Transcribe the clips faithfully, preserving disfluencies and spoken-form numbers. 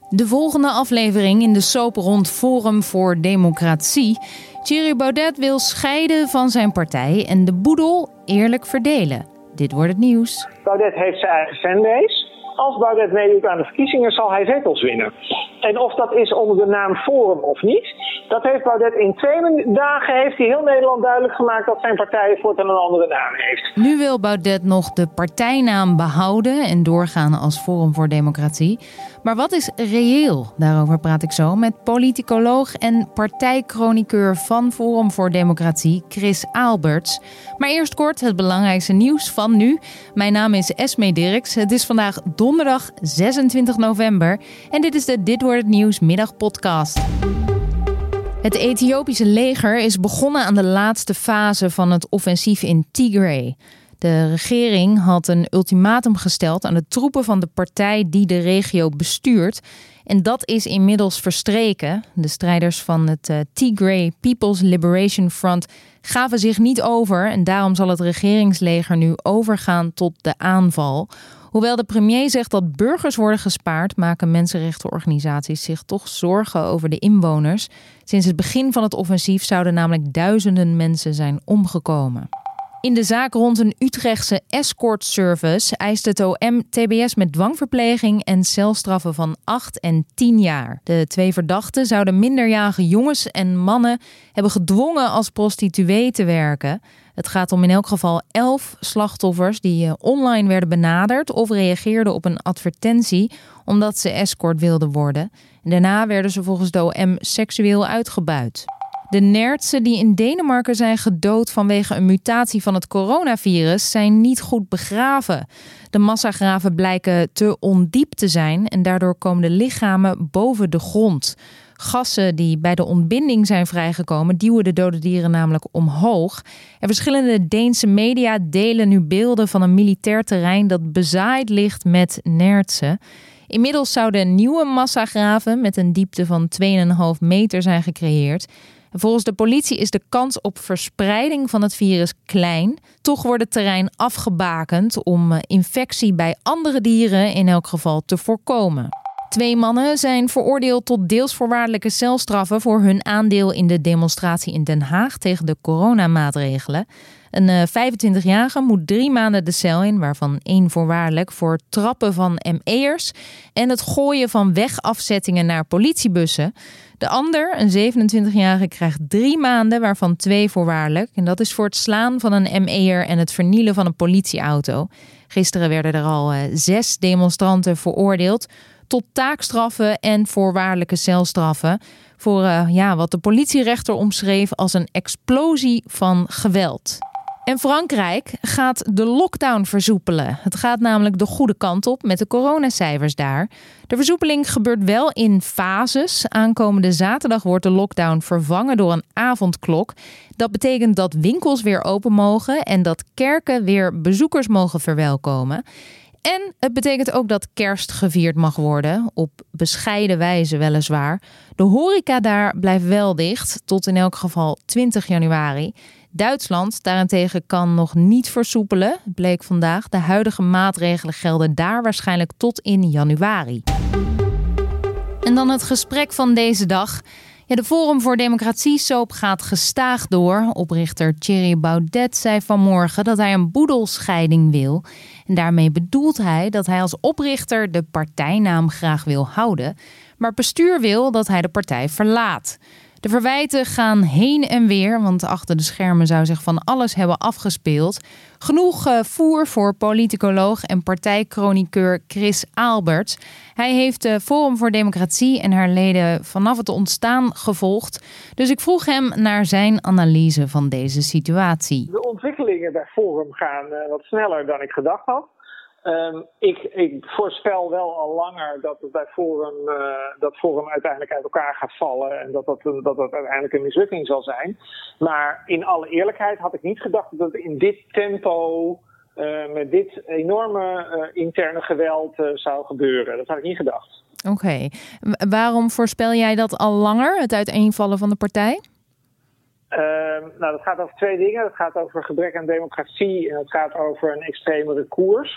De volgende aflevering in de soap rond Forum voor Democratie. Thierry Baudet wil scheiden van zijn partij en de boedel eerlijk verdelen. Dit wordt het nieuws. Baudet heeft zijn eigen fanbase. Als Baudet meedoet aan de verkiezingen zal hij zetels winnen. En of dat is onder de naam Forum of niet, dat heeft Baudet in twee dagen heeft hij heel Nederland duidelijk gemaakt dat zijn partij voortaan een andere naam heeft. Nu wil Baudet nog de partijnaam behouden en doorgaan als Forum voor Democratie. Maar wat is reëel? Daarover praat ik zo met politicoloog en partijchroniqueur van Forum voor Democratie, Chris Aalberts. Maar eerst kort het belangrijkste nieuws van nu. Mijn naam is Esme Dirks. Het is vandaag donderdag zesentwintig november en dit is de Dit wordt het nieuws middagpodcast. Het Ethiopische leger is begonnen aan de laatste fase van het offensief in Tigray. De regering had een ultimatum gesteld aan de troepen van de partij die de regio bestuurt. En dat is inmiddels verstreken. De strijders van het uh, Tigray People's Liberation Front gaven zich niet over. En daarom zal het regeringsleger nu overgaan tot de aanval. Hoewel de premier zegt dat burgers worden gespaard, maken mensenrechtenorganisaties zich toch zorgen over de inwoners. Sinds het begin van het offensief zouden namelijk duizenden mensen zijn omgekomen. In de zaak rond een Utrechtse escort service eist het O M T B S met dwangverpleging en celstraffen van acht en tien jaar. De twee verdachten zouden minderjarige jongens en mannen hebben gedwongen als prostituee te werken. Het gaat om in elk geval elf slachtoffers die online werden benaderd of reageerden op een advertentie omdat ze escort wilden worden. En daarna werden ze volgens de O M seksueel uitgebuit. De nertsen die in Denemarken zijn gedood vanwege een mutatie van het coronavirus zijn niet goed begraven. De massagraven blijken te ondiep te zijn en daardoor komen de lichamen boven de grond. Gassen die bij de ontbinding zijn vrijgekomen duwen de dode dieren namelijk omhoog. En verschillende Deense media delen nu beelden van een militair terrein dat bezaaid ligt met nertsen. Inmiddels zouden nieuwe massagraven met een diepte van twee komma vijf meter zijn gecreëerd. Volgens de politie is de kans op verspreiding van het virus klein. Toch wordt het terrein afgebakend om infectie bij andere dieren in elk geval te voorkomen. Twee mannen zijn veroordeeld tot deels voorwaardelijke celstraffen voor hun aandeel in de demonstratie in Den Haag tegen de coronamaatregelen. Een vijfentwintigjarige moet drie maanden de cel in, waarvan één voorwaardelijk voor trappen van M E'ers en het gooien van wegafzettingen naar politiebussen. De ander, een zevenentwintigjarige, krijgt drie maanden, waarvan twee voorwaardelijk. En dat is voor het slaan van een M E'er en het vernielen van een politieauto. Gisteren werden er al uh, zes demonstranten veroordeeld tot taakstraffen en voorwaardelijke celstraffen voor uh, ja, wat de politierechter omschreef als een explosie van geweld. En Frankrijk gaat de lockdown versoepelen. Het gaat namelijk de goede kant op met de coronacijfers daar. De versoepeling gebeurt wel in fases. Aankomende zaterdag wordt de lockdown vervangen door een avondklok. Dat betekent dat winkels weer open mogen en dat kerken weer bezoekers mogen verwelkomen. En het betekent ook dat kerst gevierd mag worden, op bescheiden wijze weliswaar. De horeca daar blijft wel dicht, tot in elk geval twintig januari. Duitsland daarentegen kan nog niet versoepelen, bleek vandaag. De huidige maatregelen gelden daar waarschijnlijk tot in januari. En dan het gesprek van deze dag. Ja, de Forum voor Democratie-soap gaat gestaag door. Oprichter Thierry Baudet zei vanmorgen dat hij een boedelscheiding wil. En daarmee bedoelt hij dat hij als oprichter de partijnaam graag wil houden. Maar het bestuur wil dat hij de partij verlaat. De verwijten gaan heen en weer, want achter de schermen zou zich van alles hebben afgespeeld. Genoeg uh, voer voor politicoloog en partijchroniqueur Chris Aalberts. Hij heeft de Forum voor Democratie en haar leden vanaf het ontstaan gevolgd. Dus ik vroeg hem naar zijn analyse van deze situatie. De ontwikkelingen bij Forum gaan uh, wat sneller dan ik gedacht had. Um, ik, ik voorspel wel al langer dat het bij Forum, uh, dat Forum uiteindelijk uit elkaar gaat vallen en dat dat, dat dat uiteindelijk een mislukking zal zijn. Maar in alle eerlijkheid had ik niet gedacht dat het in dit tempo, uh, met dit enorme uh, interne geweld uh, zou gebeuren. Dat had ik niet gedacht. Oké. Okay. Waarom voorspel jij dat al langer, het uiteenvallen van de partij? Uh, nou, dat gaat over twee dingen. Het gaat over gebrek aan democratie en het gaat over een extremere koers.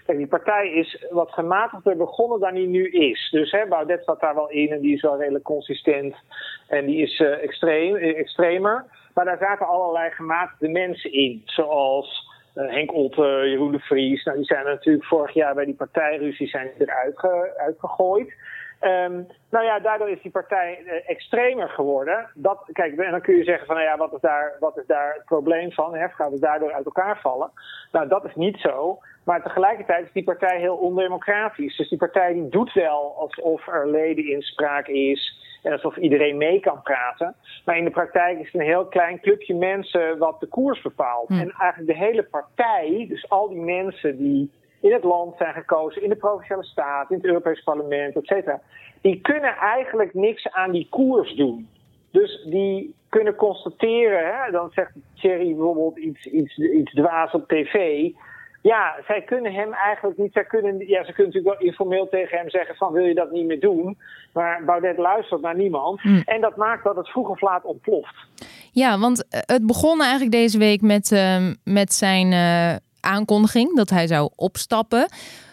Kijk, die partij is wat gematigder begonnen dan die nu is. Dus hè, Baudet staat daar wel in en die is wel redelijk consistent. En die is uh, extreem, extremer. Maar daar zaten allerlei gematigde mensen in. Zoals uh, Henk Otte, Jeroen de Vries. Nou, die zijn natuurlijk vorig jaar bij die partijruzie zijn eruit ge, uitgegooid. Um, nou ja, daardoor is die partij uh, extremer geworden. Dat, kijk, en dan kun je zeggen van, nou ja, wat is daar, wat is daar het probleem van? Hè? Gaat het daardoor uit elkaar vallen? Nou, dat is niet zo. Maar tegelijkertijd is die partij heel ondemocratisch. Dus die partij die doet wel alsof er ledeninspraak is en alsof iedereen mee kan praten. Maar in de praktijk is het een heel klein clubje mensen wat de koers bepaalt. Hm. En eigenlijk de hele partij, dus al die mensen die in het land zijn gekozen, in de Provinciale Staat, in het Europees Parlement, et cetera, die kunnen eigenlijk niks aan die koers doen. Dus die kunnen constateren, hè, dan zegt Thierry bijvoorbeeld iets, iets, iets dwaas op tv. Ja, zij kunnen hem eigenlijk niet, zij kunnen, ja, ze kunnen natuurlijk wel informeel tegen hem zeggen van wil je dat niet meer doen. Maar Baudet luistert naar niemand. Mm. En dat maakt dat het vroeg of laat ontploft. Ja, want het begon eigenlijk deze week met, uh, met zijn uh, aankondiging dat hij zou opstappen.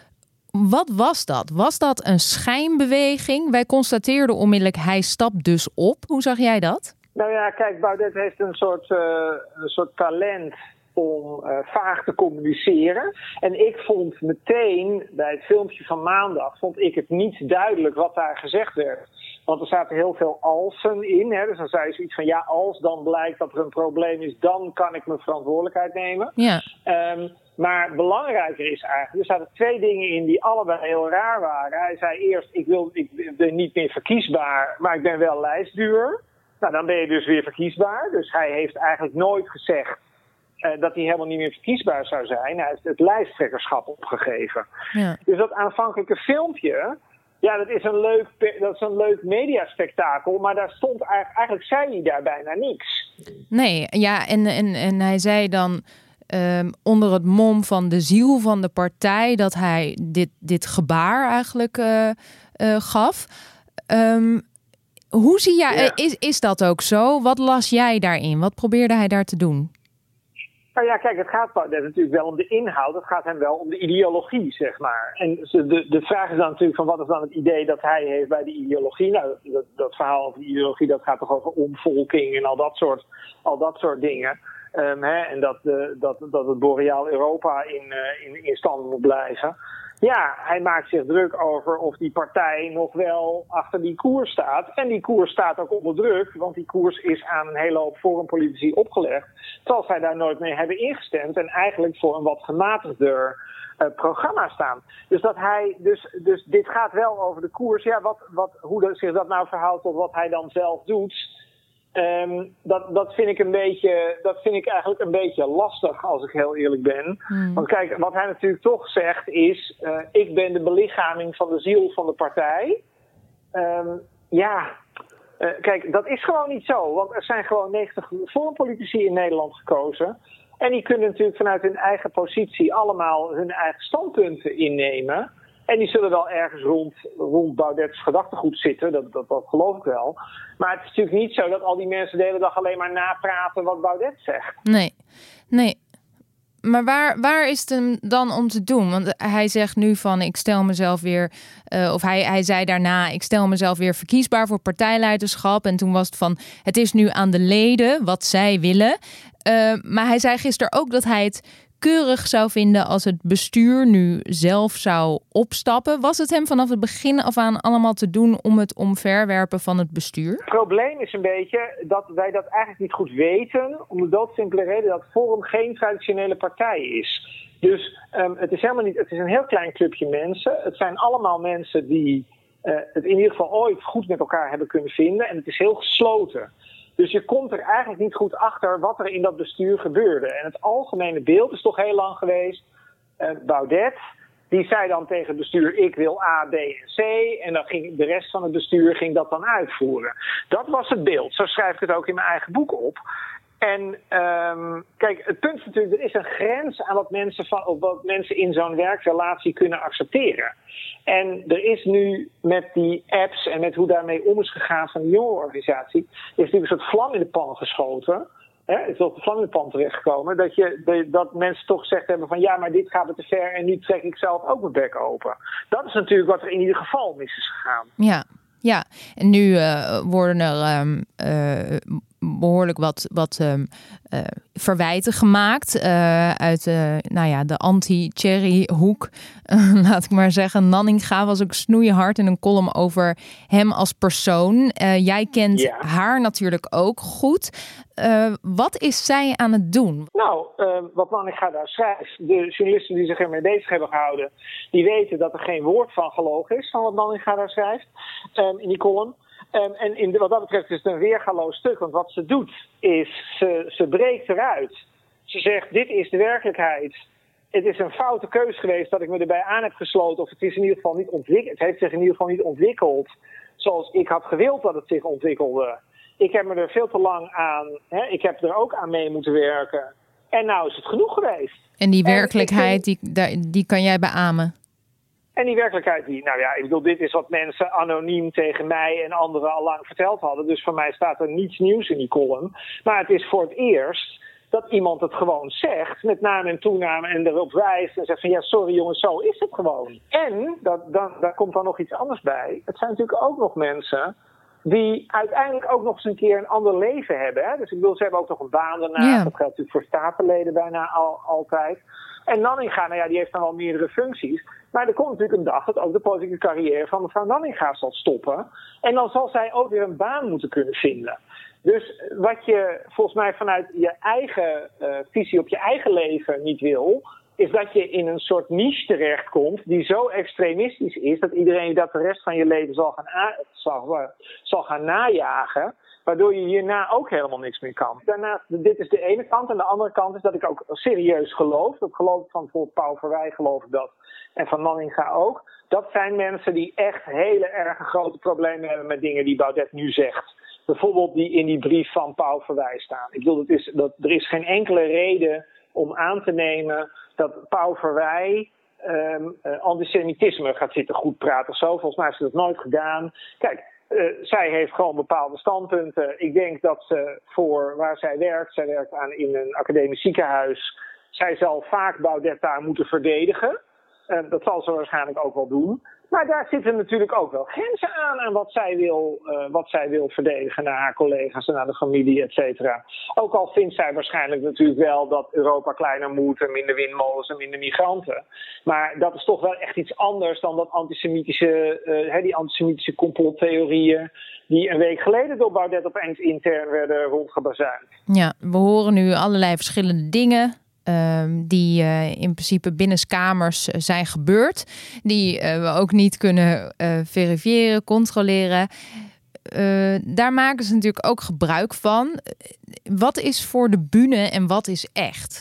Wat was dat? Was dat een schijnbeweging? Wij constateerden onmiddellijk, hij stapt dus op. Hoe zag jij dat? Nou ja, kijk, Baudet heeft een soort, uh, een soort talent om uh, vaag te communiceren. En ik vond meteen, bij het filmpje van maandag, vond ik het niet duidelijk wat daar gezegd werd. Want er zaten heel veel alsen in. Hè? Dus dan zei je zoiets van, ja, als dan blijkt dat er een probleem is, dan kan ik mijn verantwoordelijkheid nemen. Ja. Um, maar belangrijker is eigenlijk, er zaten twee dingen in die allebei heel raar waren. Hij zei eerst, ik, wil, ik ben niet meer verkiesbaar, maar ik ben wel lijstduur. Nou, dan ben je dus weer verkiesbaar. Dus hij heeft eigenlijk nooit gezegd Uh, dat hij helemaal niet meer verkiesbaar zou zijn. Hij heeft het lijsttrekkerschap opgegeven. Ja. Dus dat aanvankelijke filmpje, ja, dat is een leuk, dat is een leuk mediaspectakel, maar daar stond eigenlijk, eigenlijk zei hij daar bijna niks. Nee, ja, en, en, en hij zei dan um, onder het mom van de ziel van de partij dat hij dit, dit gebaar eigenlijk uh, uh, gaf. Um, hoe zie jij, ja. is, is dat ook zo? Wat las jij daarin? Wat probeerde hij daar te doen? Nou ja, kijk, het gaat natuurlijk wel om de inhoud. Het gaat hem wel om de ideologie, zeg maar. En de, de vraag is dan natuurlijk van wat is dan het idee dat hij heeft bij de ideologie? Nou, dat, dat verhaal over de ideologie, dat gaat toch over omvolking en al dat soort, al dat soort dingen. Um, hè, en dat, uh, dat, dat het boreaal Europa in, uh, in, in stand moet blijven. Ja, hij maakt zich druk over of die partij nog wel achter die koers staat. En die koers staat ook onder druk, want die koers is aan een hele hoop forumpolitici opgelegd. Terwijl zij daar nooit mee hebben ingestemd en eigenlijk voor een wat gematigder uh, programma staan. Dus, dat hij, dus, dus dit gaat wel over de koers. Ja, wat, wat, hoe dat, zich dat nou verhoudt tot wat hij dan zelf doet, Um, dat, dat vind ik een beetje, dat vind ik eigenlijk een beetje lastig, als ik heel eerlijk ben. Hmm. Want kijk, wat hij natuurlijk toch zegt is, uh, ik ben de belichaming van de ziel van de partij. Um, ja, uh, kijk, dat is gewoon niet zo. Want er zijn gewoon negentig forumpolitici in Nederland gekozen. En die kunnen natuurlijk vanuit hun eigen positie allemaal hun eigen standpunten innemen. En die zullen wel ergens rond, rond Baudets gedachtegoed zitten, dat, dat, dat geloof ik wel. Maar het is natuurlijk niet zo dat al die mensen de hele dag alleen maar napraten wat Baudet zegt. Nee, nee. Maar waar, waar is het hem dan om te doen? Want hij zegt nu van ik stel mezelf weer, uh, of hij, hij zei daarna ik stel mezelf weer verkiesbaar voor partijleiderschap. En toen was het van het is nu aan de leden wat zij willen. Uh, maar hij zei gisteren ook dat hij het keurig zou vinden als het bestuur nu zelf zou opstappen. Was het hem vanaf het begin af aan allemaal te doen om het omverwerpen van het bestuur? Het probleem is een beetje dat wij dat eigenlijk niet goed weten, om de doodsimpele reden dat Forum geen traditionele partij is. Dus um, het is helemaal niet, het is een heel klein clubje mensen. Het zijn allemaal mensen die uh, het in ieder geval ooit goed met elkaar hebben kunnen vinden. En het is heel gesloten. Dus je komt er eigenlijk niet goed achter wat er in dat bestuur gebeurde. En het algemene beeld is toch heel lang geweest. Uh, Baudet, die zei dan tegen het bestuur, ik wil A, B en C. En dan ging de rest van het bestuur ging dat dan uitvoeren. Dat was het beeld. Zo schrijf ik het ook in mijn eigen boek op. En um, kijk, het punt is natuurlijk, er is een grens aan wat mensen, van, wat mensen in zo'n werkrelatie kunnen accepteren. En er is nu met die apps en met hoe daarmee om is gegaan van de jongerenorganisatie, is natuurlijk een soort vlam in de pan geschoten. hè, is op de vlam in de pan terechtgekomen, dat, je, de, dat mensen toch gezegd hebben van ja, maar dit gaat me te ver en nu trek ik zelf ook mijn bek open. Dat is natuurlijk wat er in ieder geval mis is gegaan. Ja, ja. En nu uh, worden er um, uh, behoorlijk wat, wat um, uh, verwijten gemaakt uh, uit uh, nou ja, de anti-Thierry hoek. Uh, laat ik maar zeggen. Nanninga was ook snoeihard in een column over hem als persoon. Uh, jij kent ja. haar natuurlijk ook goed. Uh, wat is zij aan het doen? Nou, uh, wat Nanninga daar schrijft, de journalisten die zich ermee bezig hebben gehouden, die weten dat er geen woord van gelogen is van wat Nanninga daar schrijft um, in die column. Um, en in de, wat dat betreft is het een weergaloos stuk, want wat ze doet is, ze, ze breekt eruit. Ze zegt, dit is de werkelijkheid. Het is een foute keus geweest dat ik me erbij aan heb gesloten, of het is in ieder geval niet ontwikkeld. Het heeft zich in ieder geval niet ontwikkeld zoals ik had gewild dat het zich ontwikkelde. Ik heb me er veel te lang aan, hè, ik heb er ook aan mee moeten werken. En nou is het genoeg geweest. En die werkelijkheid, en vind, die, die kan jij beamen? En die werkelijkheid, die, nou ja, ik bedoel, dit is wat mensen anoniem tegen mij en anderen al lang verteld hadden. Dus voor mij staat er niets nieuws in die column. Maar het is voor het eerst dat iemand het gewoon zegt, met naam en toenaam, en erop wijst en zegt van ja, sorry jongens, zo is het gewoon. En, dat, dat, daar komt dan nog iets anders bij. Het zijn natuurlijk ook nog mensen die uiteindelijk ook nog eens een keer een ander leven hebben. Hè? Dus ik bedoel, ze hebben ook nog een baan daarna. Ja. Dat geldt natuurlijk voor statenleden bijna al, altijd. En Nanninga, nou ja, die heeft dan wel meerdere functies. Maar er komt natuurlijk een dag dat ook de politieke carrière van mevrouw Nanninga zal stoppen. En dan zal zij ook weer een baan moeten kunnen vinden. Dus wat je volgens mij vanuit je eigen uh, visie op je eigen leven niet wil, is dat je in een soort niche terechtkomt die zo extremistisch is dat iedereen dat de rest van je leven zal gaan, a- zal, uh, zal gaan najagen, waardoor je hierna ook helemaal niks meer kan. Daarnaast, dit is de ene kant. En de andere kant is dat ik ook serieus geloof. Dat geloof ik van bijvoorbeeld Paul Verwij, geloof ik dat. En van Nanninga ook. Dat zijn mensen die echt hele erge grote problemen hebben met dingen die Baudet nu zegt. Bijvoorbeeld die in die brief van Paul Verwij staan. Ik bedoel, dat is, dat, er is geen enkele reden om aan te nemen dat Paul Verwij um, uh, antisemitisme gaat zitten goed praten of zo. Volgens mij heeft ze dat nooit gedaan. Kijk, uh, zij heeft gewoon bepaalde standpunten. Ik denk dat ze voor waar zij werkt, zij werkt aan in een academisch ziekenhuis. Zij zal vaak Baudet daar moeten verdedigen. Uh, dat zal ze waarschijnlijk ook wel doen. Maar daar zitten natuurlijk ook wel grenzen aan aan wat zij wil, uh, wat zij wil verdedigen naar haar collega's en naar de familie, et cetera. Ook al vindt zij waarschijnlijk natuurlijk wel dat Europa kleiner moet en minder windmolens en minder migranten. Maar dat is toch wel echt iets anders dan dat antisemitische, uh, he, die antisemitische complottheorieën die een week geleden door Baudet opeens intern werden rondgebazuind. Ja, we horen nu allerlei verschillende dingen Uh, die uh, in principe binnenskamers uh, zijn gebeurd. Die uh, we ook niet kunnen uh, verifiëren, controleren. Uh, daar maken ze natuurlijk ook gebruik van. Wat is voor de bühne en wat is echt?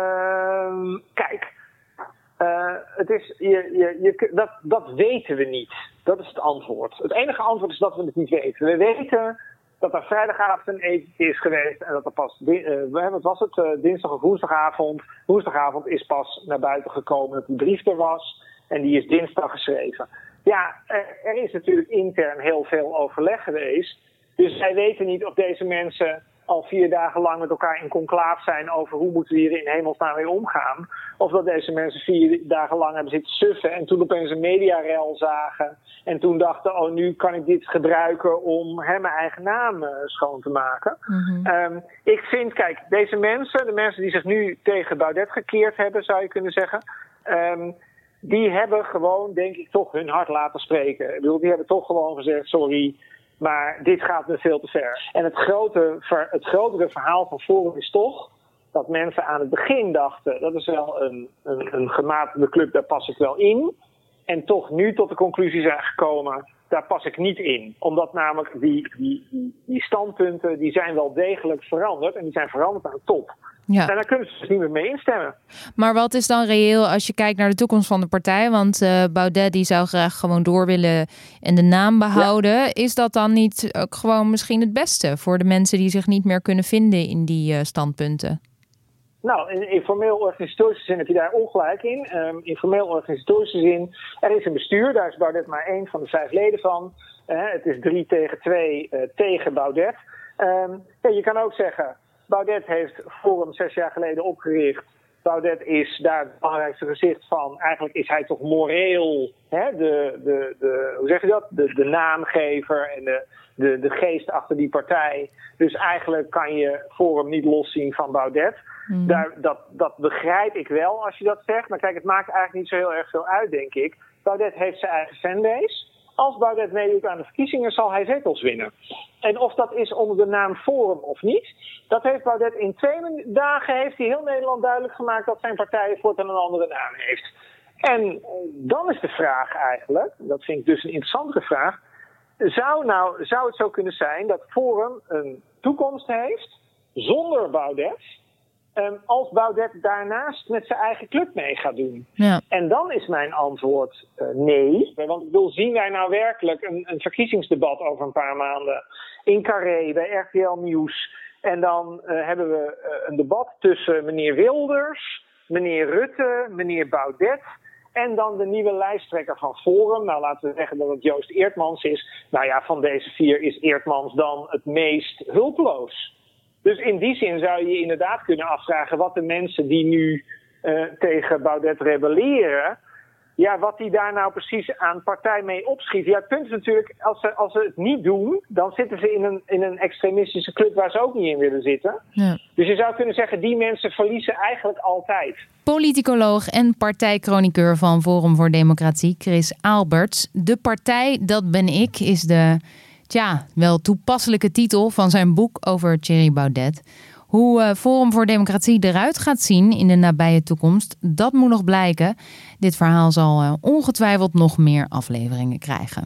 Uh, kijk, uh, het is, je, je, je, dat, dat weten we niet. Dat is het antwoord. Het enige antwoord is dat we het niet weten. We weten dat er vrijdagavond een etentje is geweest en dat er pas, uh, wat was het, uh, dinsdag of woensdagavond, woensdagavond is pas naar buiten gekomen dat die brief er was en die is dinsdag geschreven. Ja, er, er is natuurlijk intern heel veel overleg geweest, dus wij weten niet of deze mensen al vier dagen lang met elkaar in conclaaf zijn over hoe moeten we hier in hemelsnaam mee omgaan. Of dat deze mensen vier dagen lang hebben zitten suffen en toen opeens een mediarel zagen. En toen dachten, oh nu kan ik dit gebruiken om hè, mijn eigen naam uh, schoon te maken. Mm-hmm. Um, ik vind, kijk, deze mensen, de mensen die zich nu tegen Baudet gekeerd hebben, zou je kunnen zeggen. Um, die hebben gewoon, denk ik, toch hun hart laten spreken. Ik bedoel, die hebben toch gewoon gezegd, sorry, maar dit gaat me veel te ver. En het, grote, het grotere verhaal van Forum is toch dat mensen aan het begin dachten, dat is wel een, een, een gematigde club, daar pas ik wel in. En toch nu tot de conclusie zijn gekomen, daar pas ik niet in. Omdat namelijk die, die, die, die standpunten, die zijn wel degelijk veranderd. En die zijn veranderd aan de top. Ja. En daar kunnen ze dus niet meer mee instemmen. Maar wat is dan reëel als je kijkt naar de toekomst van de partij? Want uh, Baudet die zou graag gewoon door willen en de naam behouden. Ja. Is dat dan niet ook gewoon misschien het beste voor de mensen die zich niet meer kunnen vinden in die uh, standpunten? Nou, in informeel organisatorische zin heb je daar ongelijk in. Um, informeel organisatorische zin, er is een bestuur, daar is Baudet maar één van de vijf leden van. Uh, het is drie tegen twee uh, tegen Baudet. Um, ja, je kan ook zeggen, Baudet heeft Forum zes jaar geleden opgericht. Baudet is daar het belangrijkste gezicht van. Eigenlijk is hij toch moreel, hè, de, de, de, hoe zeg je dat? De, de naamgever en de, de, de geest achter die partij. Dus eigenlijk kan je Forum niet loszien van Baudet. Mm. Daar, dat, dat begrijp ik wel als je dat zegt. Maar kijk, het maakt eigenlijk niet zo heel erg veel uit, denk ik. Baudet heeft zijn eigen fanbase. Als Baudet meedoet aan de verkiezingen, zal hij zetels winnen. En of dat is onder de naam Forum of niet, dat heeft Baudet in twee dagen heeft hij heel Nederland duidelijk gemaakt dat zijn partij voortaan een andere naam heeft. En dan is de vraag eigenlijk, dat vind ik dus een interessantere vraag, zou, nou, zou het zo kunnen zijn dat Forum een toekomst heeft zonder Baudet, Um, als Baudet daarnaast met zijn eigen club mee gaat doen. Ja. En dan is mijn antwoord uh, nee. Want ik bedoel, zien wij nou werkelijk een, een verkiezingsdebat over een paar maanden in Carré, bij R T L Nieuws. En dan uh, hebben we uh, een debat tussen meneer Wilders, meneer Rutte, meneer Baudet en dan de nieuwe lijsttrekker van Forum. Nou, laten we zeggen dat het Joost Eertmans is. Nou ja, van deze vier is Eertmans dan het meest hulpeloos. Dus in die zin zou je je inderdaad kunnen afvragen wat de mensen die nu uh, tegen Baudet rebelleren, ja, wat die daar nou precies aan partij mee opschieten. Ja, het punt is natuurlijk, als ze, als ze het niet doen, dan zitten ze in een, in een extremistische club waar ze ook niet in willen zitten. Ja. Dus je zou kunnen zeggen, die mensen verliezen eigenlijk altijd. Politicoloog en partijchroniqueur van Forum voor Democratie, Chris Aalberts. De partij, dat ben ik, is de... Tja, wel toepasselijke titel van zijn boek over Thierry Baudet. Hoe uh, Forum voor Democratie eruit gaat zien in de nabije toekomst, dat moet nog blijken. Dit verhaal zal uh, ongetwijfeld nog meer afleveringen krijgen.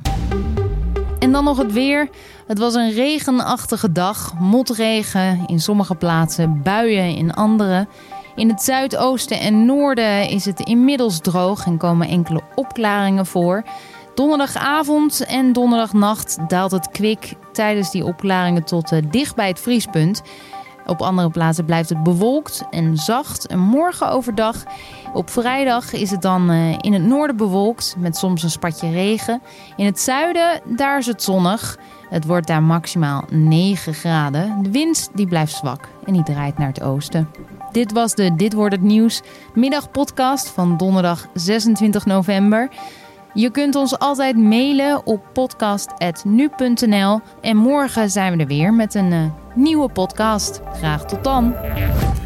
En dan nog het weer. Het was een regenachtige dag. Motregen in sommige plaatsen, buien in andere. In het zuidoosten en noorden is het inmiddels droog en komen enkele opklaringen voor. Donderdagavond en donderdagnacht daalt het kwik tijdens die opklaringen tot uh, dicht bij het vriespunt. Op andere plaatsen blijft het bewolkt en zacht. En morgen overdag, op vrijdag, is het dan uh, in het noorden bewolkt met soms een spatje regen. In het zuiden, daar is het zonnig. Het wordt daar maximaal negen graden. De wind die blijft zwak en die draait naar het oosten. Dit was de Dit Wordt Het Nieuws middagpodcast van donderdag zesentwintig november. Je kunt ons altijd mailen op podcast punt nu punt n l. En morgen zijn we er weer met een uh, nieuwe podcast. Graag tot dan.